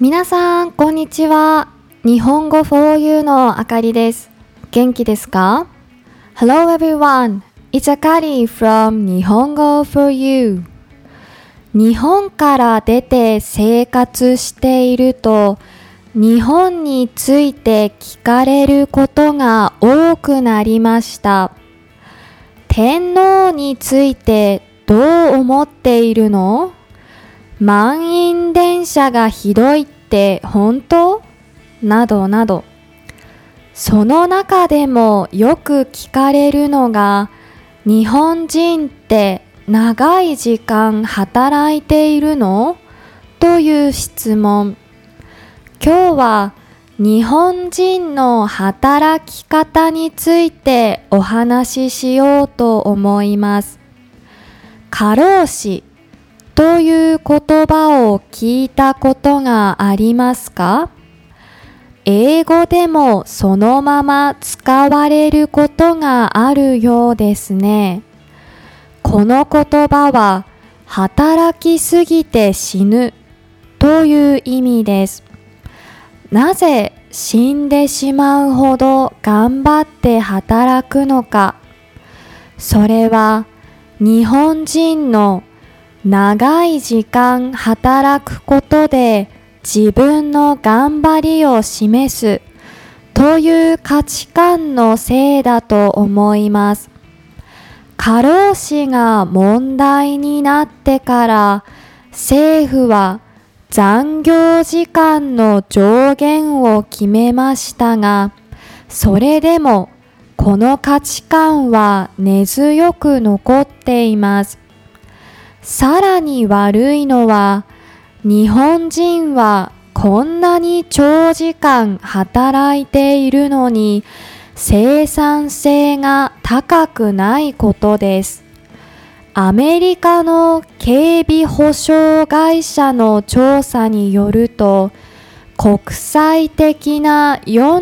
皆さん、こんにちは。日本語 for you のあかりです。元気ですか？ Hello everyone, it's Akari from 日本語 for you。日本から出て生活していると、日本について聞かれることが多くなりました。天皇についてどう思っているの？満員電車がひどいって本当？などなど。その中でもよく聞かれるのが、日本人って長い時間働いているの？という質問。今日は日本人の働き方についてお話ししようと思います。過労死という言葉を聞いたことがありますか？英語でもそのまま使われることがあるようですね。この言葉は働きすぎて死ぬという意味です。なぜ死んでしまうほど頑張って働くのか。それは日本人の長い時間働くことで自分の頑張りを示すという価値観のせいだと思います。過労死が問題になってから政府は残業時間の上限を決めましたが、それでもこの価値観は根強く残っています。さらに悪いのは、日本人はこんなに長時間働いているのに生産性が高くないことです。アメリカの警備保障会社の調査によると、国際的な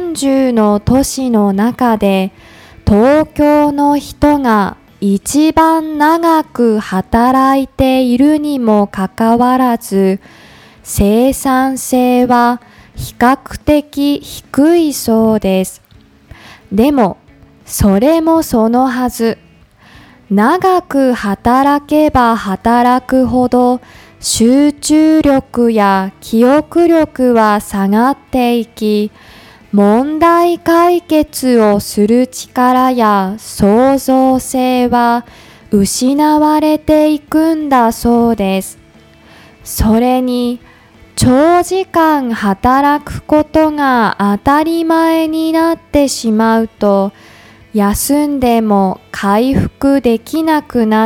40の都市の中で東京の人が一番長く働いているにもかかわらず、生産性は比較的低いそうです。でも、それもそのはず。長く働けば働くほど、集中力や記憶力は下がっていき、問題解決をする力や創造性は失われていくんだそうです。それに、長時間働くことが当たり前になってしまうと、休んでも回復できなくなって、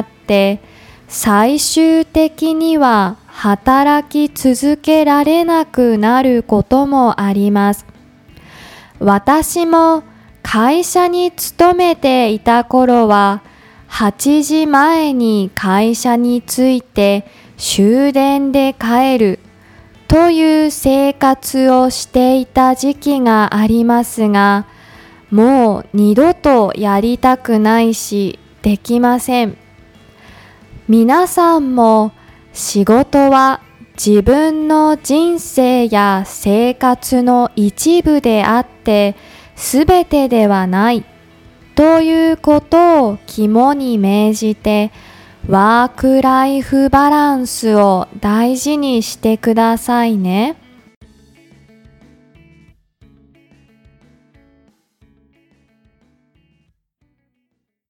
最終的には働き続けられなくなることもあります。私も会社に勤めていた頃は、8時前に会社に着いて終電で帰るという生活をしていた時期がありますが、もう二度とやりたくないし、できません。皆さんも仕事は自分の人生や生活の一部であって全てではないということを肝に銘じて、ワークライフバランスを大事にしてくださいね。